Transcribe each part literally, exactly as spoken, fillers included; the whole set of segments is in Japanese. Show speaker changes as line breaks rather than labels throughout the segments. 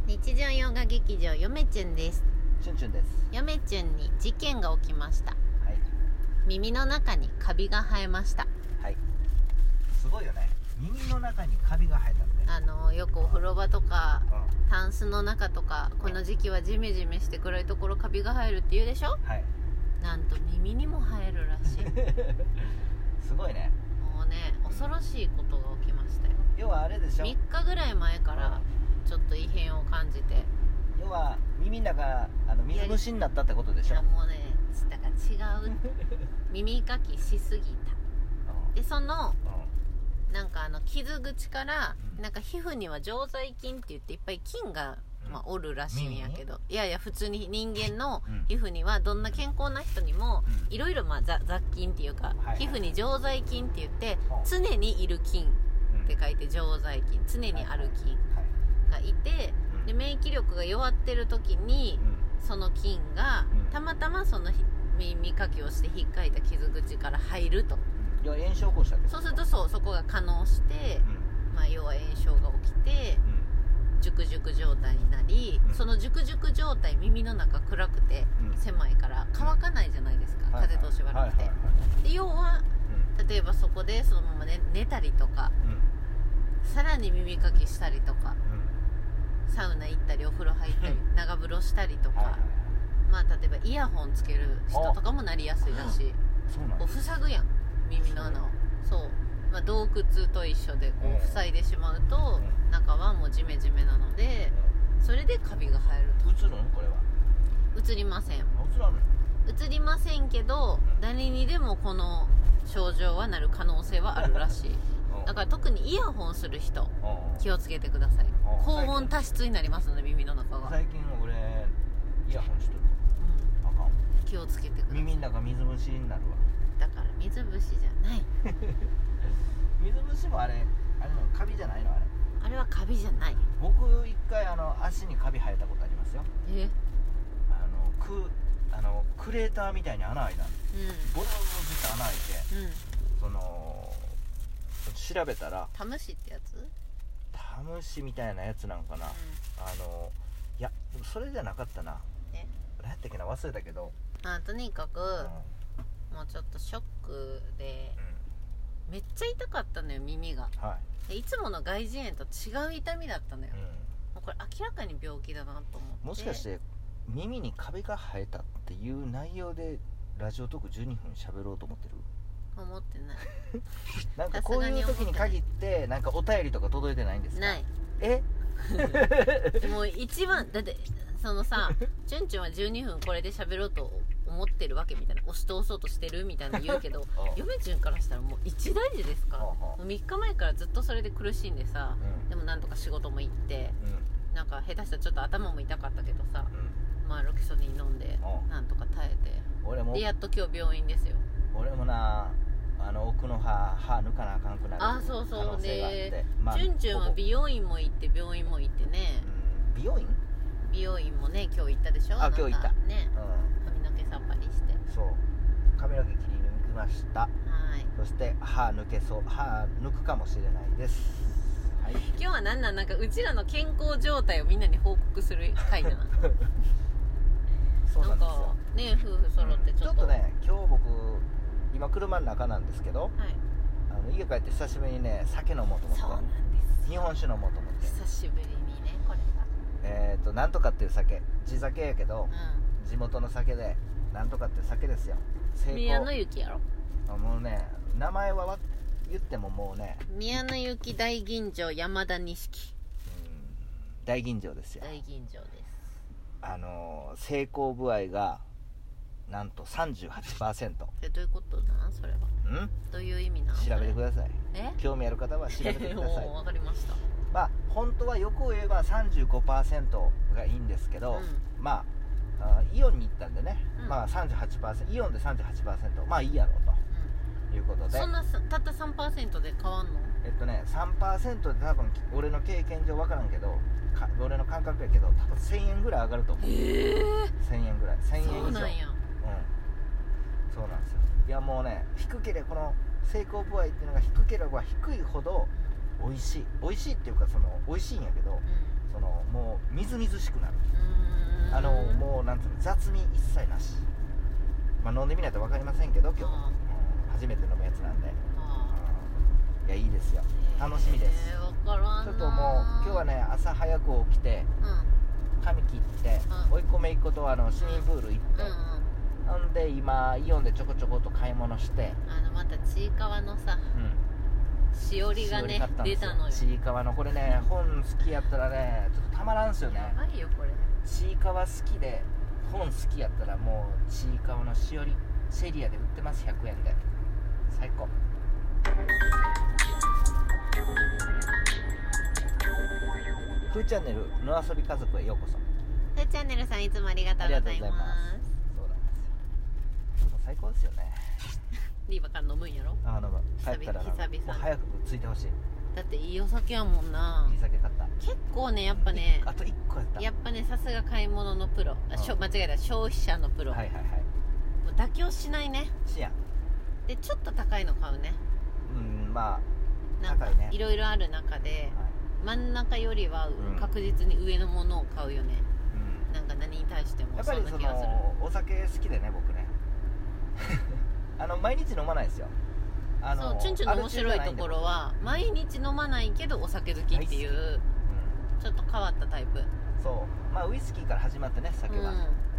日常洋画劇場よめちゅんです。
チュンチュンです。
よめちゅんに事件が起きました。
はい。
耳の中にカビが生えました。
はい。すごいよね。耳の中にカビが生えたんで。
あのよくお風呂場とか、
うん、
タンスの中とか、この時期はジメジメして暗いところカビが生えるって言うでしょ。
はい。
なんと耳にも生えるらしい。
すごいね。
もうね、恐ろしいことが起きましたよ。
要はあれでしょ。
みっかぐらい前からちょっと異変を感じて。
要は耳の中あの水虫になったってことでしょ。
いやもうね、だから違う。耳かきしすぎた。でその、うん、なんかあの傷口から、うん、なんか皮膚には常在菌って言っていっぱい菌が、うん、まあ、おるらしいんやけど、いやいや普通に人間の皮膚にはどんな健康な人にもいろいろ雑菌っていうか、うん、皮膚に常在菌って言って常にいる菌って書いて常在菌、常にある菌がいて、で免疫力が弱ってる時に、うん、その菌が、うん、たまたまその耳かきをして引っかいた傷口から入ると、
いや炎症を起こしたってこと。
そうするとそうそこが可能して、うん、まあ、要は炎症が起きて、うん、熟熟状態になり、うん、その熟熟状態、耳の中暗くて、うん、狭いから乾かないじゃないですか、うん、風通し悪くて、で要は、うん、例えばそこでそのまま、ね、寝たりとか、うん、さらに耳かきしたりとか、うん、サウナ行ったりお風呂入ったり長風呂したりとか、まあ例えばイヤホンつける人とかもなりやすいらしい。
そうなん
こう塞ぐやん耳の穴を。そう、まあ、洞窟と一緒でこう塞いでしまうと、うん、中はもうジメジメなので、うん、それでカビが生えると。
映るのこれは。
映りません。
映らない。
映りませんけど、うん、誰にでもこの症状はなる可能性はあるらしい。だから特にイヤホンする人気をつけてください。高温多湿になりますので耳の中が。
最近俺イヤホンしとる。うん、あかん。
気をつけてください。
耳の中水虫になるわ。
だから水虫じゃない。
水虫もあれあれのカビじゃないのあれ。
あれはカビじゃない。
僕一回あの足にカビ生えたことありますよ。
え？
あのクあのクレーターみたいに穴開いたんです。うん、ボロボロって穴開いて、うん、その調べたら
タムシってやつ？
タムシみたいなやつなんかな。うん、あのいやそれじゃなかったな。え？何やったっけな忘れたけど。
あとにかく。うん、もうちょっとショックで、うん、めっちゃ痛かったのよ耳が、はい、でいつもの外耳炎と違う痛みだったのよ、うん、もうこれ明らかに病気だなと思って。
もしかして耳にカビが生えたっていう内容でラジオトークじゅうにふん喋ろうと思ってる？
思ってない。
なんかこういう時に限ってなんかお便りとか届いてないんですか？
ない。
え？
もう一番だってそのさ、チュンチュンはじゅうにふんこれで喋ろうと思ってるわけみたいな、押し通そうとしてるみたいな言うけどヨメチュンからしたらもう一大事ですか。もうみっかまえからずっとそれで苦しんでさ、うん、でもなんとか仕事も行って、うん、なんか下手したらちょっと頭も痛かったけどさ、うん、まあロキソニン飲んでなんとか耐えて、俺もでやっと今日病院ですよ。
俺もなあの奥の歯歯抜かなあかんくなる。
あ、そうそうで、まあ、チュンチュンは美容院も行って病院も行ってね、
うん、美容院
美容院もね今日行ったでしょ。
あ、今日行った
ね、うん、髪の毛さっぱりして。
そう髪の毛切り抜きました。はい。そして歯抜けそう、歯抜くかもしれないです。はい。
今日はなんなんなんかうちらの健康状態をみんなに報告する回だな。
そうなんですよ。
なんかね夫婦揃ってちょっと、
ちょっとね今日僕今車の中なんですけど、はい、あの家帰って久しぶりにね酒飲もうと思って。
そうなんです
日本酒飲もうと思って。
久しぶりにねこれが。
えっとなんとかっていう酒、地酒やけど、うん、地元の酒でなんとかっていう酒ですよ。
宮の雪やろ。
あもうね名前は言ってももうね
宮の雪大吟醸山田錦。
うん大吟醸ですよ。
大吟醸です。
あの成功具合がなんと さんじゅうはちパーセント。
えどういうことなんそれは。んどういう意味なん？
調べてください。
え興
味ある方は調べてください。
わかりました。
まあ本当は欲を言えば さんじゅうごパーセント がいいんですけど、うん、まああイオンに行ったんでね、うん、まあ さんじゅうはちパーセント イオンで さんじゅうはちパーセント まあいいやろうと、うん、いうことで。
そんなたった さんパーセント で変わんの？
えっとね さんパーセント で多分俺の経験上分からんけどか俺の感覚やけど多分せんえんぐらい上がると思う。へ
え
せんえんぐらいせんえん以上。
そうなんや。
うんそうなんですよ。いやもうね低ければこの成功具合っていうのが低ければ低いほど美味しい美味しいっていうかその美味しいんやけど、うん、そのもうみずみずしくなる。あのもうなんつうの雑味一切なし。まあ飲んでみないと分かりませんけど今日、うん、初めて飲むやつなんで、うん、いやいいですよ、楽しみです。
分からんな。
ちょっともう今日はね朝早く起きて、うん、髪切って、うん、追い込めいっ子とあの市民プール行って、うんうん、ほんで今イオンでちょこちょこと買い物して、
あのまたちいかわのさ、うん、しおりがね出たのよ。
ちいかわのこれね本好きやったらねちょっとたまらんすよね。
やばいよこれ。
ちいかわ好きで本好きやったらもうちいかわのしおりセリアで売ってます。ひゃくえんで最高。ふーチャンネルの遊び家族へようこそ。
ふーチャンネルさんいつもありがとうございます。
そうなんですよ。もう最高ですよね。
リーバから飲むんやろ。
あ飲む。帰ったら
久々に
もう早く着いてほしい。
だっていいお酒やもんな。
いい酒買った。
結構ねやっぱね
あといっこやった。
やっぱねさすが買い物のプロ、うん、しょ間違えた消費者のプロ。
はいはいはい。
もう妥協しないね。
しやん。
でちょっと高いの買うね。
うんまあ
なんか
高いね。
いろいろある中で、はい、真ん中よりは確実に上のものを買うよね。うん、なんか何に対しても
やっぱりそのお酒好きでね僕ねあの毎日飲まないですよ。あの
そうチュンチュンの面白いところは毎日飲まないけどお酒好きっていう、うん、ちょっと変わったタイプ。
そうまあウイスキーから始まってね酒は、うん、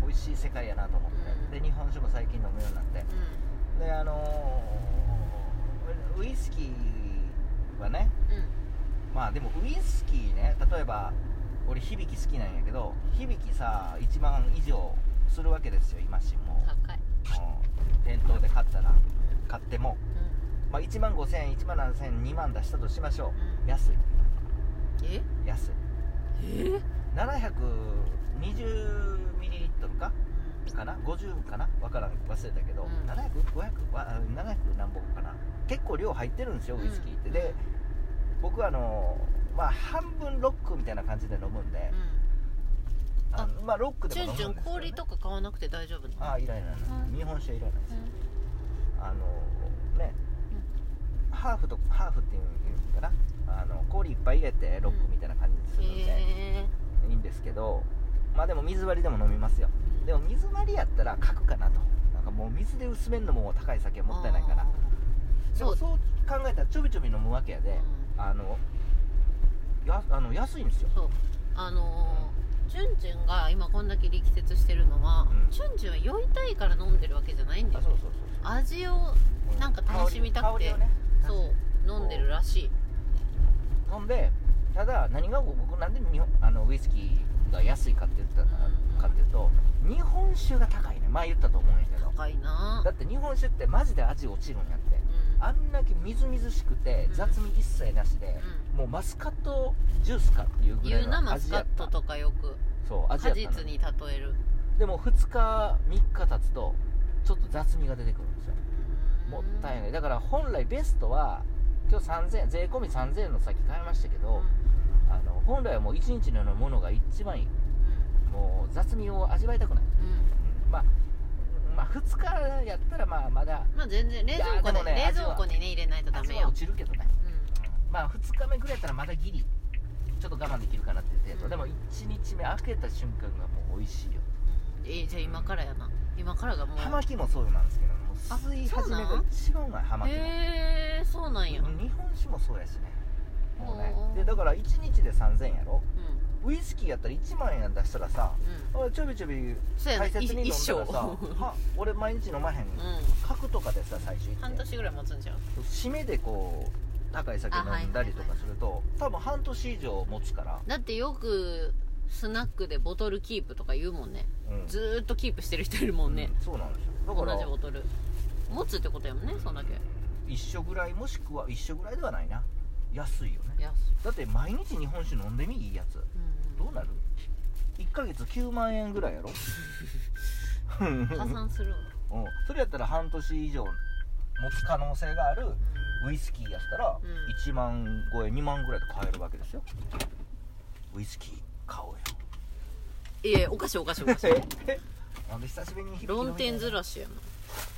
美味しい世界やなと思って、うん、で日本酒も最近飲むようになって、うん、であのー、ウイスキーはね、うん、まあでもウイスキーね例えば俺響き好きなんやけど響きさいちまん以上するわけですよ今しも
高い。
店頭で買ったら、うん、買っても、うんまあ、いちまんごせんえんいちまんななせんえんにまん出したとしましょう、うん、安い
え
安い
え
ななひゃくにじゅうミリリットルか、うん、かなごじゅうかなわからん忘れたけど、うん、ななひゃく、ごひゃく、ななひゃく何本かな結構量入ってるんですよウイスキーって、うん、で僕はあのまあ半分ロックみたいな感じで飲むんで、うん、あまあロックでも飲むんですけど、ね、
チュンチュン氷とか買わなくて大丈夫なの？
ああいらない、うん、日本酒はいらないですよ、うん、あのね、うん、ハーフとハーフっていうのかなあの氷いっぱい入れてロックみたいな感じでするので、うん、いいんですけどまあでも水割りでも飲みますよ、うん、でも水割りやったら角かなとなんかもう水で薄めるのも高い酒はもったいないからでもそう考えたらちょびちょび飲むわけやで、うん、あのやあの安いんですよ。
そうあのー、チュンチュンが今こんだけ力説してるのは、うん、チュンチュンは酔いたいから飲んでるわけじゃないんだよ。
あそうそうそう
そう味をなんか楽しみたくて、ね、そう飲んでるらしい。
ほんでただ何が僕なんで日本あのウイスキーが安いかって言ったかっていうと、うん、日本酒が高いね前言ったと思うんやけど
高いな。
だって日本酒ってマジで味落ちるんやって、うん、あんだけみずみずしくて雑味一切なしで、うん、もうマスカットジュースかっていうぐらいの味やった。言うなマスカットとかよくそう味やった
果実に例える。
でもふつかみっか経つとちょっと雑味が出てくるんですよ。もったいない。だから本来ベストは今日さんぜんえん税込みさんぜんえんの先買いましたけど、うん、あの本来はもういちにちのものが一番いい、うん、もう雑味を味わいたくない、うんうん、まあまあふつかやったらまあまだ
まあ全然冷蔵庫で、ね、冷蔵庫にね入れないとダメよ。
味は落ちるけどね、うん、まあふつかめぐらいやったらまだギリちょっと我慢できるかなっていう程度、うん、でもいちにちめ開けた瞬間がもう美味しいよ、
うん、えー、じゃあ今からやな、うん、今からがもう
葉巻もそうなんですけどもう吸い始めが一番うまい葉巻も。
へえー、そうなんや。
日本酒もそうやしねもうねでだからいちにちでさんぜんえんやろ、うん、ウイスキーやったらいちまんえん出したらさ、うん、ちょびちょび大切に飲んだらさは俺毎日飲まへん、うん、角とかでさ最初行って
半年ぐらい持つんじゃん。
締めでこう高い酒飲んだりとかすると、はいはいはい、多分半年以上持つから。
だってよくスナックでボトルキープとか言うもんね、うん、ずーっとキープしてる人いるもんね、
うん、そうなんですよ。だから
同じボトル持つってことやもんね、そんだけ。
一緒ぐらいもしくは一緒ぐらいではないな。安いよね。
安い。
だって毎日日本酒飲んでみいいやつ、うん、どうなるいっかげつきゅうまんえんぐらいやろ
破産するわ、
うん、それやったら半年以上持つ可能性があるウイスキーやったらいちまん超えにまんぐらいで買えるわけですよ。ウイスキー買おうよ。
いやおかしいおかしいおかしい
なんで久しぶりに
論点ずらしやな。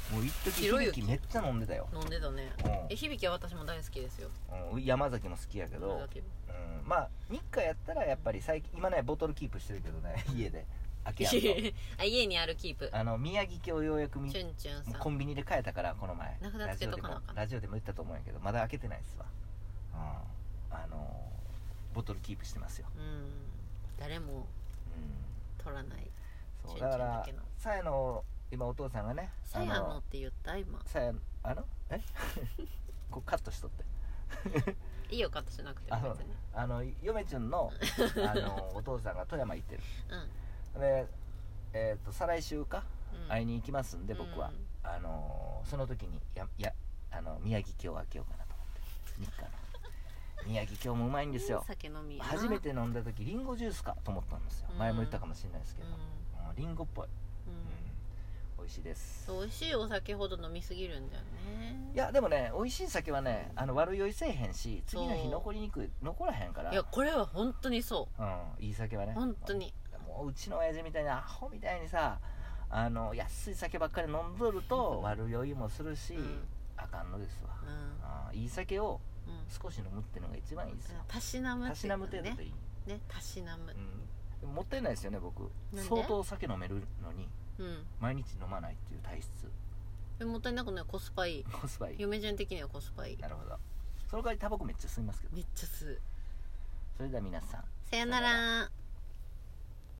もう一時響めっちゃ飲んでたよ。
飲んでたね、
うん、
え響は私も大好きですよ、
うん、山崎も好きやけど、うん、まあ日課やったらやっぱり最近今ねボトルキープしてるけどね家で開けやんと
あ家にあるキープ、
あの宮城京ようやくみ
チュンチュンさん
コンビニで買えたからこの前
名札つけとかなあかん
ラジオでも言ったと思うんやけどまだ開けてないっすわ、うん、あのボトルキープしてますよ、
うん、誰も、うん、取らない。
そうだからさやの今お父さんがね
さやのって言った今
さやあのえこうカットしとって
いいよカットしなくても別に
あの嫁ちゅんのあのお父さんが富山行ってる、うん、でえっ、ー、と再来週か、うん、会いに行きますんで僕は、うん、あのその時にややあの宮城京を開けようかなと思って日課の宮城京もうまいんですよ。
酒飲み
初めて飲んだ時リンゴジュースかと思ったんですよ、うん、前も言ったかもしれないですけど、うんうん、リンゴっぽい、うんうん、美味しいです。
美味しいお酒ほど飲みすぎるんだよね。
いやでもね美味しい酒はねあの悪酔いせえへんし次の日残りにくい残らへんから。
いやこれは本当にそう、
うん、いい酒はね
本当に
もううちの親父みたいなアホみたいにさあの安い酒ばっかり飲んどると悪酔いもするし、うん、あかんのですわ、うん、あいい酒を少し飲むっていうのが一番いいですよ。
たしなむっていうのね、
たしなむ程度でいい
ね、たしなむ、
うん、もったいないですよね僕相当酒飲めるのに、うん、毎日飲まないっていう体質。
えもったいなくないコスパいい
コスパいい
嫁ちゃん的にはコスパいい。
なるほど。その代わりタバコめっちゃ吸いますけど。
めっちゃ吸う。
それでは皆さん
さよなら。